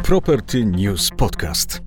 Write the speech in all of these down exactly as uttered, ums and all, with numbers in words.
Property News Podcast.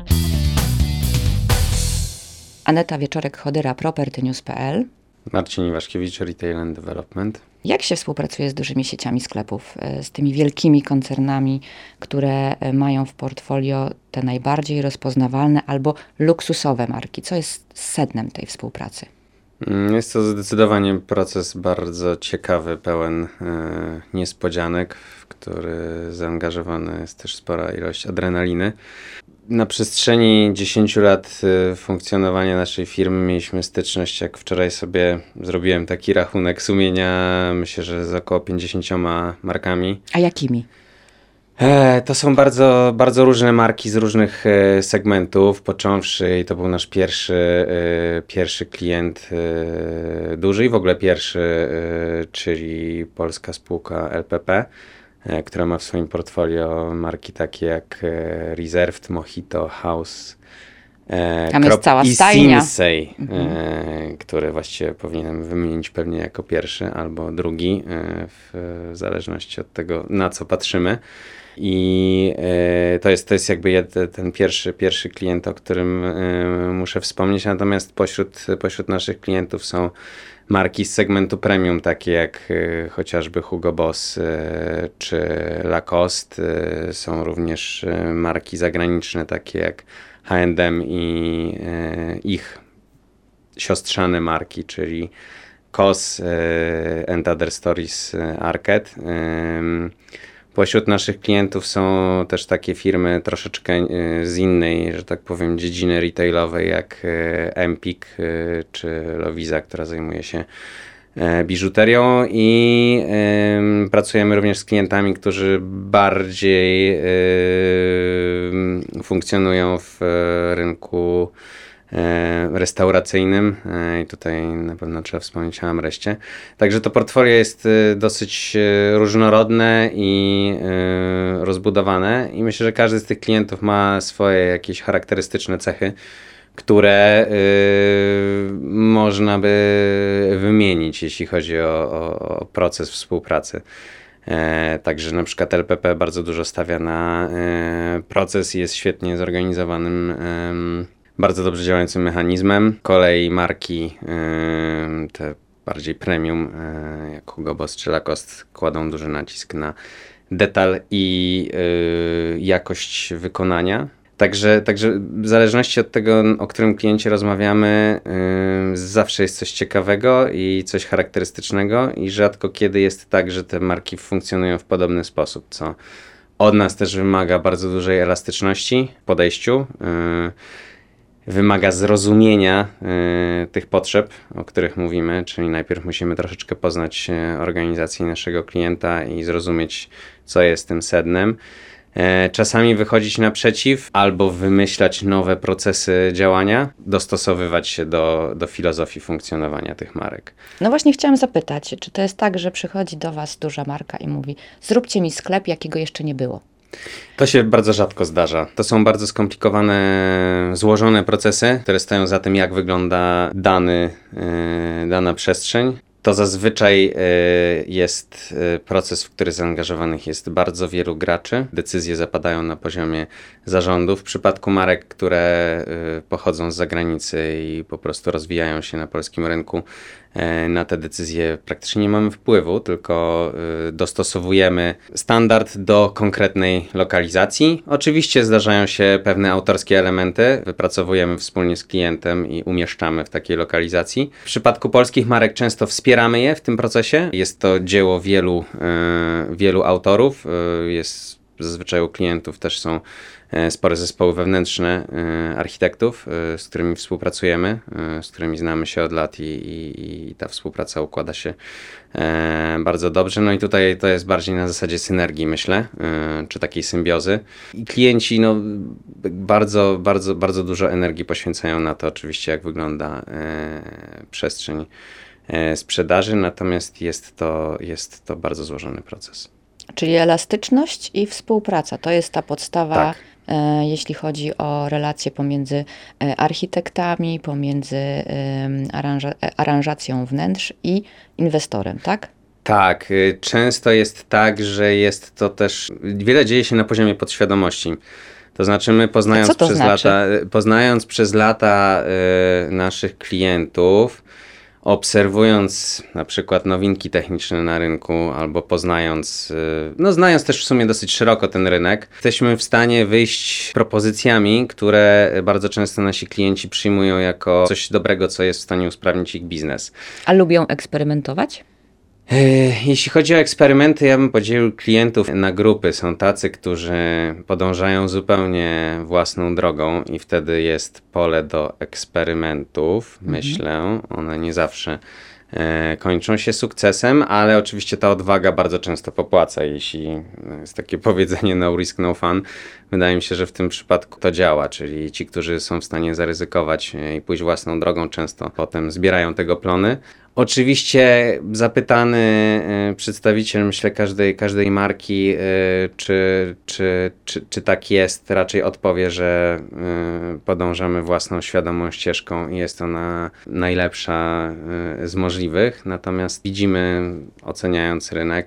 Aneta Wieczorek-Chodyra, property news kropka p l. Marcin Iwaszkiewicz, Retail and Development. Jak się współpracuje z dużymi sieciami sklepów, z tymi wielkimi koncernami, które mają w portfolio te najbardziej rozpoznawalne albo luksusowe marki? Co jest sednem tej współpracy? Jest to zdecydowanie proces bardzo ciekawy, pełen e, niespodzianek, w który zaangażowana jest też spora ilość adrenaliny. Na przestrzeni dziesięciu lat y, funkcjonowania naszej firmy mieliśmy styczność, jak wczoraj sobie zrobiłem taki rachunek sumienia, myślę, że z około pięćdziesięcioma markami. A jakimi? E, to są bardzo, bardzo różne marki z różnych e, segmentów, począwszy, i to był nasz pierwszy, e, pierwszy klient e, duży i w ogóle pierwszy, e, czyli polska spółka L P P. Która ma w swoim portfolio marki takie jak Reserved, Mojito, House, Tam jest cała i stajnia. Sinsei, Mhm. e, który właściwie powinienem wymienić pewnie jako pierwszy albo drugi, e, w zależności od tego, na co patrzymy. I e, to jest, to jest jakby jed, ten pierwszy, pierwszy klient, o którym e, muszę wspomnieć, natomiast pośród, pośród naszych klientów są marki z segmentu premium, takie jak y, chociażby Hugo Boss y, czy Lacoste. Y, są również y, marki zagraniczne, takie jak H and M i y, ich siostrzane marki, czyli C O S y, and Other Stories y, Arcade. Y, Pośród naszych klientów są też takie firmy troszeczkę z innej, że tak powiem, dziedziny retailowej, jak Empik czy Lovisa, która zajmuje się biżuterią, i y, pracujemy również z klientami, którzy bardziej y, funkcjonują w rynku restauracyjnym, i tutaj na pewno trzeba wspomnieć o Amrestie. Także to portfolio jest dosyć różnorodne i rozbudowane, i myślę, że każdy z tych klientów ma swoje jakieś charakterystyczne cechy, które można by wymienić, jeśli chodzi o, o, o proces współpracy. E, także na przykład L P P bardzo dużo stawia na e, proces i jest świetnie zorganizowanym, e, bardzo dobrze działającym mechanizmem. Z kolei marki e, te bardziej premium, e, jak Hugo Boss czy Lacoste, kładą duży nacisk na detal i e, jakość wykonania. Także, także w zależności od tego, o którym kliencie rozmawiamy, yy, zawsze jest coś ciekawego i coś charakterystycznego, i rzadko kiedy jest tak, że te marki funkcjonują w podobny sposób, co od nas też wymaga bardzo dużej elastyczności w podejściu, yy, wymaga zrozumienia yy, tych potrzeb, o których mówimy, czyli najpierw musimy troszeczkę poznać organizację naszego klienta i zrozumieć, co jest tym sednem. Czasami wychodzić naprzeciw albo wymyślać nowe procesy działania, dostosowywać się do, do filozofii funkcjonowania tych marek. No właśnie chciałam zapytać, czy to jest tak, że przychodzi do was duża marka i mówi: zróbcie mi sklep, jakiego jeszcze nie było? To się bardzo rzadko zdarza. To są bardzo skomplikowane, złożone procesy, które stoją za tym, jak wygląda dany, yy, dana przestrzeń. To zazwyczaj y, jest y, proces, w który zaangażowanych jest bardzo wielu graczy. Decyzje zapadają na poziomie zarządów. W przypadku marek, które y, pochodzą z zagranicy i po prostu rozwijają się na polskim rynku, y, na te decyzje praktycznie nie mamy wpływu, tylko y, dostosowujemy standard do konkretnej lokalizacji. Oczywiście zdarzają się pewne autorskie elementy, wypracowujemy wspólnie z klientem i umieszczamy w takiej lokalizacji. W przypadku polskich marek często wspieramy je w tym procesie. Jest to dzieło wielu, y, wielu autorów. Y, jest zazwyczaj u klientów też są spore zespoły wewnętrzne architektów, z którymi współpracujemy, z którymi znamy się od lat, i, i, i ta współpraca układa się bardzo dobrze. No i tutaj to jest bardziej na zasadzie synergii, myślę, czy takiej symbiozy. I klienci no, bardzo, bardzo, bardzo dużo energii poświęcają na to, oczywiście, jak wygląda przestrzeń sprzedaży, natomiast jest to, jest to bardzo złożony proces. Czyli elastyczność i współpraca to jest ta podstawa, tak. e, jeśli chodzi o relacje pomiędzy e, architektami, pomiędzy e, aranża- aranżacją wnętrz i inwestorem, tak? Tak, y, często jest tak, że jest to też, wiele dzieje się na poziomie podświadomości. To znaczy my poznając co to przez znaczy? lata, poznając przez lata y, naszych klientów, obserwując na przykład nowinki techniczne na rynku, albo poznając, y, no znając też w sumie dosyć szeroko ten rynek, jesteśmy w stanie wyjść z propozycjami, które bardzo często nasi klienci przyjmują jako coś dobrego, co jest w stanie usprawnić ich biznes. A lubią eksperymentować? Jeśli chodzi o eksperymenty, ja bym podzielił klientów na grupy. Są tacy, którzy podążają zupełnie własną drogą i wtedy jest pole do eksperymentów, mhm. myślę. One nie zawsze e, kończą się sukcesem, ale oczywiście ta odwaga bardzo często popłaca. Jeśli jest takie powiedzenie no risk, no fun, wydaje mi się, że w tym przypadku to działa, czyli ci, którzy są w stanie zaryzykować i pójść własną drogą, często potem zbierają tego plony. Oczywiście zapytany y, przedstawiciel, myślę, każdej, każdej marki, y, czy, czy, czy, czy tak jest, raczej odpowie, że y, podążamy własną świadomą ścieżką i jest ona najlepsza y, z możliwych. Natomiast widzimy, oceniając rynek,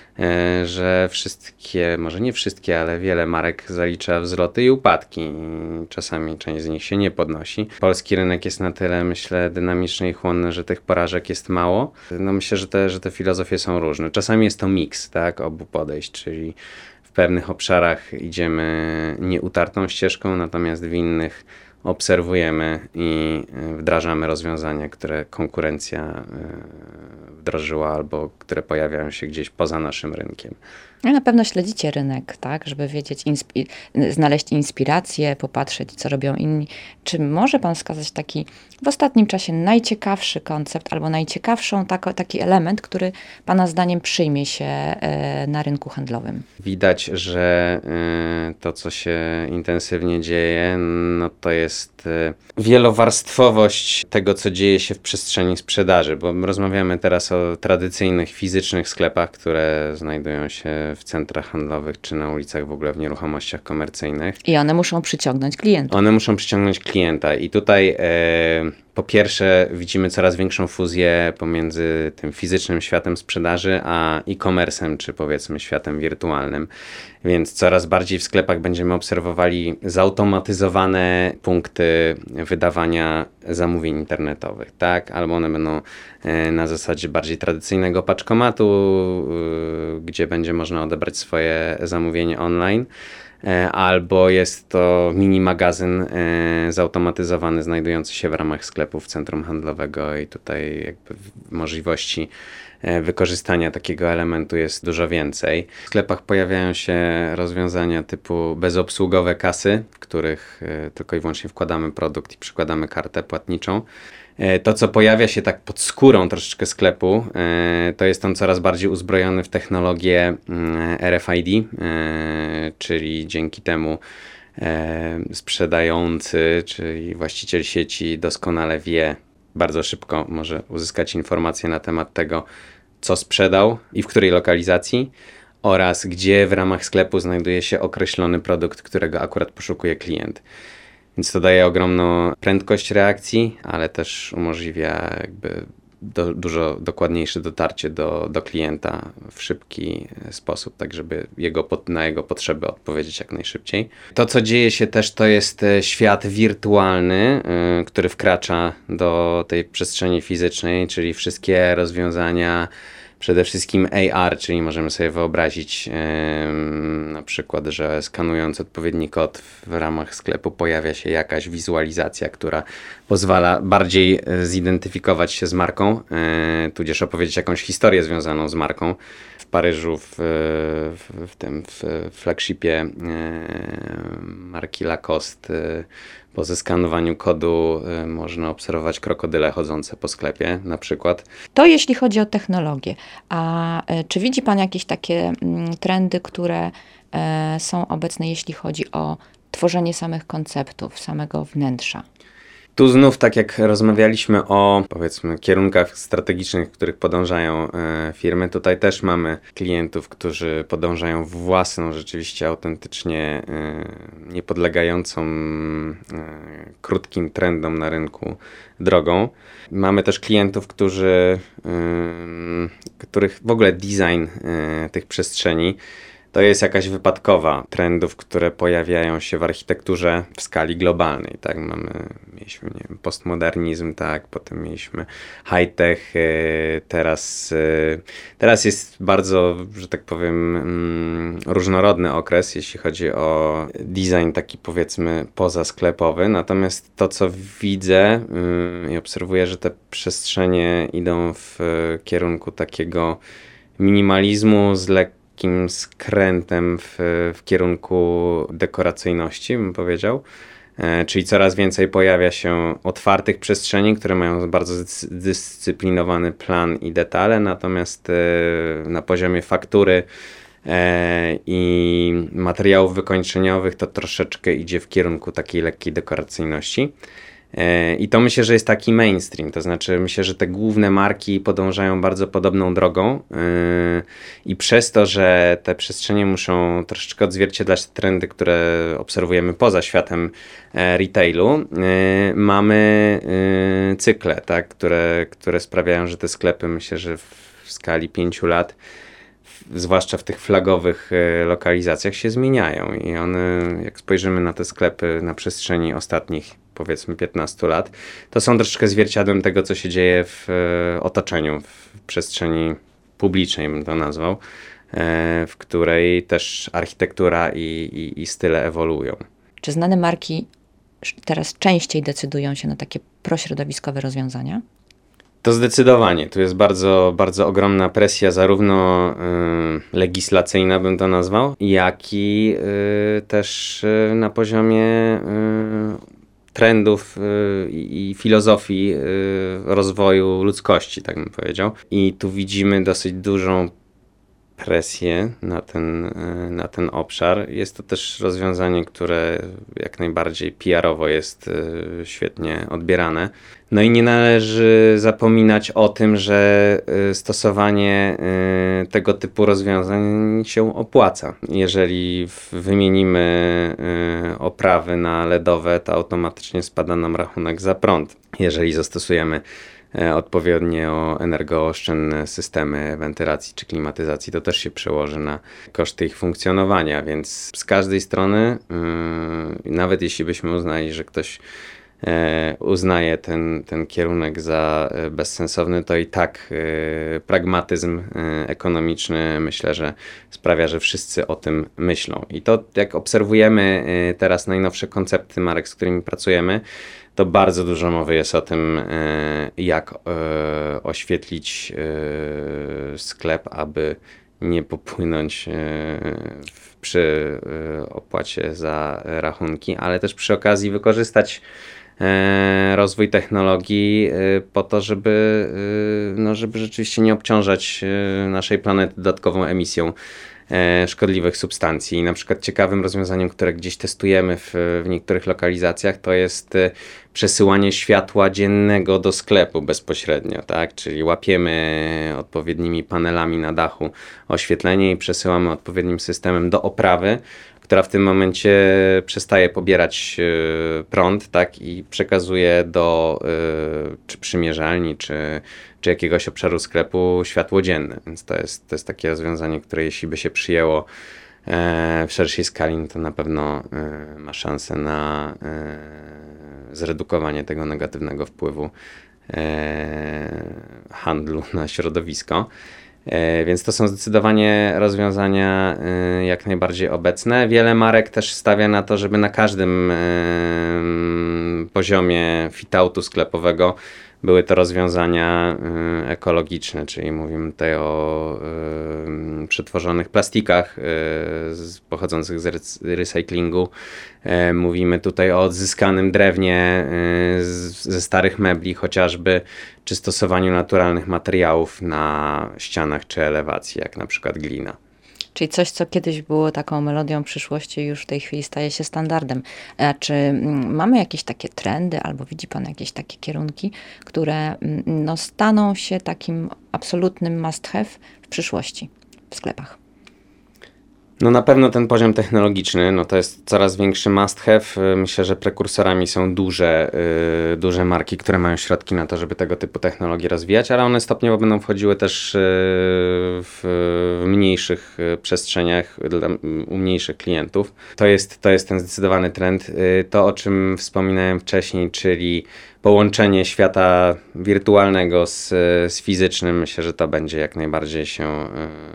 że wszystkie, może nie wszystkie, ale wiele marek zalicza wzloty i upadki. I czasami część z nich się nie podnosi. Polski rynek jest na tyle, myślę, dynamiczny i chłonny, że tych porażek jest mało. No myślę, że te, że te filozofie są różne. Czasami jest to miks, tak, obu podejść, czyli w pewnych obszarach idziemy nieutartą ścieżką, natomiast w innych obserwujemy i wdrażamy rozwiązania, które konkurencja wdrożyła albo które pojawiają się gdzieś poza naszym rynkiem. Na pewno śledzicie rynek, tak, żeby wiedzieć, inspi- znaleźć inspirację, popatrzeć, co robią inni. Czy może pan wskazać taki w ostatnim czasie najciekawszy koncept albo najciekawszą tako, taki element, który pana zdaniem przyjmie się e, na rynku handlowym? Widać, że y, to, co się intensywnie dzieje, no to jest y, wielowarstwowość tego, co dzieje się w przestrzeni sprzedaży, bo rozmawiamy teraz o tradycyjnych, fizycznych sklepach, które znajdują się w centrach handlowych, czy na ulicach, w ogóle w nieruchomościach komercyjnych. I one muszą przyciągnąć klientów. One muszą przyciągnąć klienta i tutaj e, po pierwsze widzimy coraz większą fuzję pomiędzy tym fizycznym światem sprzedaży, a e-commerce'em, czy powiedzmy światem wirtualnym. Więc coraz bardziej w sklepach będziemy obserwowali zautomatyzowane punkty wydawania zamówień internetowych, tak? Albo one będą e, na zasadzie bardziej tradycyjnego paczkomatu, e, gdzie będzie można odebrać swoje zamówienie online. Albo jest to mini magazyn e, zautomatyzowany, znajdujący się w ramach sklepu w centrum handlowego i tutaj jakby możliwości e, wykorzystania takiego elementu jest dużo więcej. W sklepach pojawiają się rozwiązania typu bezobsługowe kasy, w których e, tylko i wyłącznie wkładamy produkt i przykładamy kartę płatniczą. To, co pojawia się tak pod skórą troszeczkę sklepu, to jest on coraz bardziej uzbrojony w technologię R F I D, czyli dzięki temu sprzedający, czyli właściciel sieci doskonale wie, bardzo szybko może uzyskać informacje na temat tego, co sprzedał i w której lokalizacji, oraz gdzie w ramach sklepu znajduje się określony produkt, którego akurat poszukuje klient. Więc to daje ogromną prędkość reakcji, ale też umożliwia jakby do, dużo dokładniejsze dotarcie do, do klienta w szybki sposób, tak żeby jego, na jego potrzeby odpowiedzieć jak najszybciej. To, co dzieje się też, to jest świat wirtualny, yy, który wkracza do tej przestrzeni fizycznej, czyli wszystkie rozwiązania, przede wszystkim A R, czyli możemy sobie wyobrazić yy, na przykład, że skanując odpowiedni kod w ramach sklepu pojawia się jakaś wizualizacja, która pozwala bardziej zidentyfikować się z marką, yy, tudzież opowiedzieć jakąś historię związaną z marką. W Paryżu, w, w, w tym w flagshipie yy, marki Lacoste yy, po zeskanowaniu kodu y, można obserwować krokodyle chodzące po sklepie na przykład. To jeśli chodzi o technologię. A y, czy widzi pan jakieś takie y, trendy, które y, są obecne, jeśli chodzi o tworzenie samych konceptów, samego wnętrza? Tu znów, tak jak rozmawialiśmy o, powiedzmy, kierunkach strategicznych, w których podążają e, firmy, tutaj też mamy klientów, którzy podążają własną, rzeczywiście autentycznie e, niepodlegającą e, krótkim trendom na rynku drogą. Mamy też klientów, którzy, e, których w ogóle design e, tych przestrzeni to jest jakaś wypadkowa trendów, które pojawiają się w architekturze w skali globalnej. Tak, mamy, mieliśmy, nie wiem, postmodernizm, tak, potem mieliśmy high-tech, teraz, teraz jest bardzo, że tak powiem, różnorodny okres, jeśli chodzi o design taki, powiedzmy, pozasklepowy. Natomiast to, co widzę i obserwuję, że te przestrzenie idą w kierunku takiego minimalizmu z lekką takim skrętem w, w kierunku dekoracyjności, bym powiedział. E, czyli coraz więcej pojawia się otwartych przestrzeni, które mają bardzo zdyscyplinowany plan i detale, natomiast e, na poziomie faktury e, i materiałów wykończeniowych to troszeczkę idzie w kierunku takiej lekkiej dekoracyjności. I to myślę, że jest taki mainstream, to znaczy myślę, że te główne marki podążają bardzo podobną drogą i przez to, że te przestrzenie muszą troszeczkę odzwierciedlać te trendy, które obserwujemy poza światem retailu, mamy cykle, tak, które, które sprawiają, że te sklepy, myślę, że w skali pięciu lat, zwłaszcza w tych flagowych lokalizacjach, się zmieniają i one, jak spojrzymy na te sklepy na przestrzeni ostatnich, powiedzmy, piętnastu lat, to są troszeczkę zwierciadłem tego, co się dzieje w otoczeniu, w przestrzeni publicznej, bym to nazwał, w której też architektura i, i, i style ewoluują. Czy znane marki teraz częściej decydują się na takie prośrodowiskowe rozwiązania? To zdecydowanie. Tu jest bardzo, bardzo ogromna presja, zarówno y, legislacyjna, bym to nazwał, jak i y, też y, na poziomie y, trendów y, i filozofii y, rozwoju ludzkości, tak bym powiedział. I tu widzimy dosyć dużą presję na ten, y, na ten obszar. Jest to też rozwiązanie, które jak najbardziej P R-owo jest y, świetnie odbierane. No i nie należy zapominać o tym, że stosowanie tego typu rozwiązań się opłaca. Jeżeli wymienimy oprawy na L E D owe, to automatycznie spada nam rachunek za prąd. Jeżeli zastosujemy odpowiednio energooszczędne systemy wentylacji czy klimatyzacji, to też się przełoży na koszty ich funkcjonowania, więc z każdej strony, nawet jeśli byśmy uznali, że ktoś uznaje ten, ten kierunek za bezsensowny, to i tak pragmatyzm ekonomiczny, myślę, że sprawia, że wszyscy o tym myślą. I to, jak obserwujemy teraz najnowsze koncepty marek, z którymi pracujemy, to bardzo dużo mowy jest o tym, jak oświetlić sklep, aby nie popłynąć w, przy opłacie za rachunki, ale też przy okazji wykorzystać rozwój technologii po to, żeby, no, żeby rzeczywiście nie obciążać naszej planety dodatkową emisją szkodliwych substancji. I na przykład ciekawym rozwiązaniem, które gdzieś testujemy w, w niektórych lokalizacjach, to jest przesyłanie światła dziennego do sklepu bezpośrednio, tak? Czyli łapiemy odpowiednimi panelami na dachu oświetlenie i przesyłamy odpowiednim systemem do oprawy, która w tym momencie przestaje pobierać y, prąd, tak, i przekazuje do y, czy przymierzalni, czy, czy jakiegoś obszaru sklepu światło dzienne. Więc to jest, to jest takie rozwiązanie, które jeśli by się przyjęło e, w szerszej skali, no to na pewno e, ma szansę na e, zredukowanie tego negatywnego wpływu e, handlu na środowisko. Więc to są zdecydowanie rozwiązania jak najbardziej obecne. Wiele marek też stawia na to, żeby na każdym poziomie fit-outu sklepowego były to rozwiązania ekologiczne, czyli mówimy tutaj o przetworzonych plastikach pochodzących z recyklingu. Mówimy tutaj o odzyskanym drewnie ze starych mebli chociażby, czy stosowaniu naturalnych materiałów na ścianach czy elewacji, jak na przykład glina. Czyli coś, co kiedyś było taką melodią przyszłości, już w tej chwili staje się standardem. A czy mm, mamy jakieś takie trendy, albo widzi Pan jakieś takie kierunki, które mm, no, staną się takim absolutnym must have w przyszłości w sklepach? No na pewno ten poziom technologiczny, no to jest coraz większy must have. Myślę, że prekursorami są duże, yy, duże marki, które mają środki na to, żeby tego typu technologie rozwijać, ale one stopniowo będą wchodziły też yy, w, w mniejszych przestrzeniach dla, u mniejszych klientów. To jest, to jest ten zdecydowany trend. Yy, to, o czym wspominałem wcześniej, czyli połączenie świata wirtualnego z, z fizycznym, myślę, że to będzie jak najbardziej się,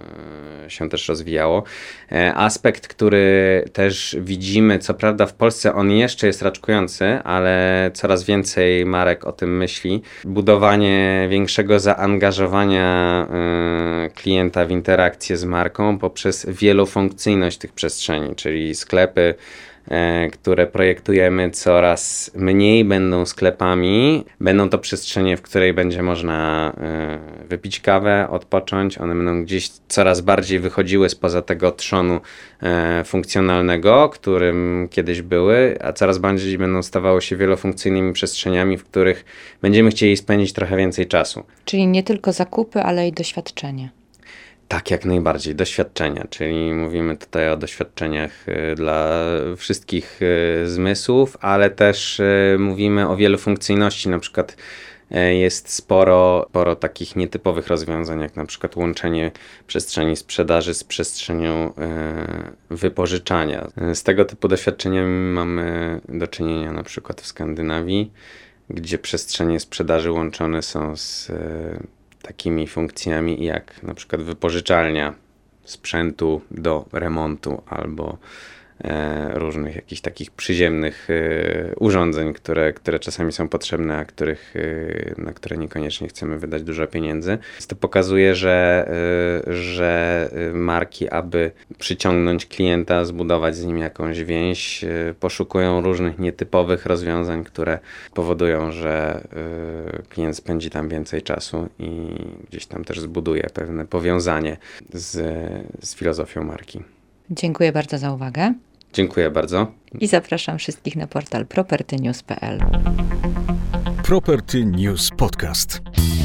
się też rozwijało. Aspekt, który też widzimy, co prawda w Polsce on jeszcze jest raczkujący, ale coraz więcej marek o tym myśli. Budowanie większego zaangażowania klienta w interakcję z marką poprzez wielofunkcyjność tych przestrzeni, czyli sklepy, które projektujemy, coraz mniej będą sklepami. Będą to przestrzenie, w której będzie można wypić kawę, odpocząć. One będą gdzieś coraz bardziej wychodziły spoza tego trzonu funkcjonalnego, którym kiedyś były, a coraz bardziej będą stawały się wielofunkcyjnymi przestrzeniami, w których będziemy chcieli spędzić trochę więcej czasu. Czyli nie tylko zakupy, ale i doświadczenie. Tak, jak najbardziej. Doświadczenia, czyli mówimy tutaj o doświadczeniach dla wszystkich zmysłów, ale też mówimy o wielofunkcyjności. Na przykład jest sporo, sporo takich nietypowych rozwiązań, jak na przykład łączenie przestrzeni sprzedaży z przestrzenią wypożyczania. Z tego typu doświadczeniami mamy do czynienia na przykład w Skandynawii, gdzie przestrzenie sprzedaży łączone są z takimi funkcjami jak na przykład wypożyczalnia sprzętu do remontu albo e, różnych jakichś takich przyziemnych e, urządzeń, które, które czasami są potrzebne, a których, e, na które niekoniecznie chcemy wydać dużo pieniędzy. To pokazuje, że, e, że marki, aby przyciągnąć klienta, zbudować z nim jakąś więź, e, poszukują różnych nietypowych rozwiązań, które powodują, że e, klient spędzi tam więcej czasu i gdzieś tam też zbuduje pewne powiązanie z, z filozofią marki. Dziękuję bardzo za uwagę. Dziękuję bardzo. I zapraszam wszystkich na portal property news kropka p l. Property News Podcast.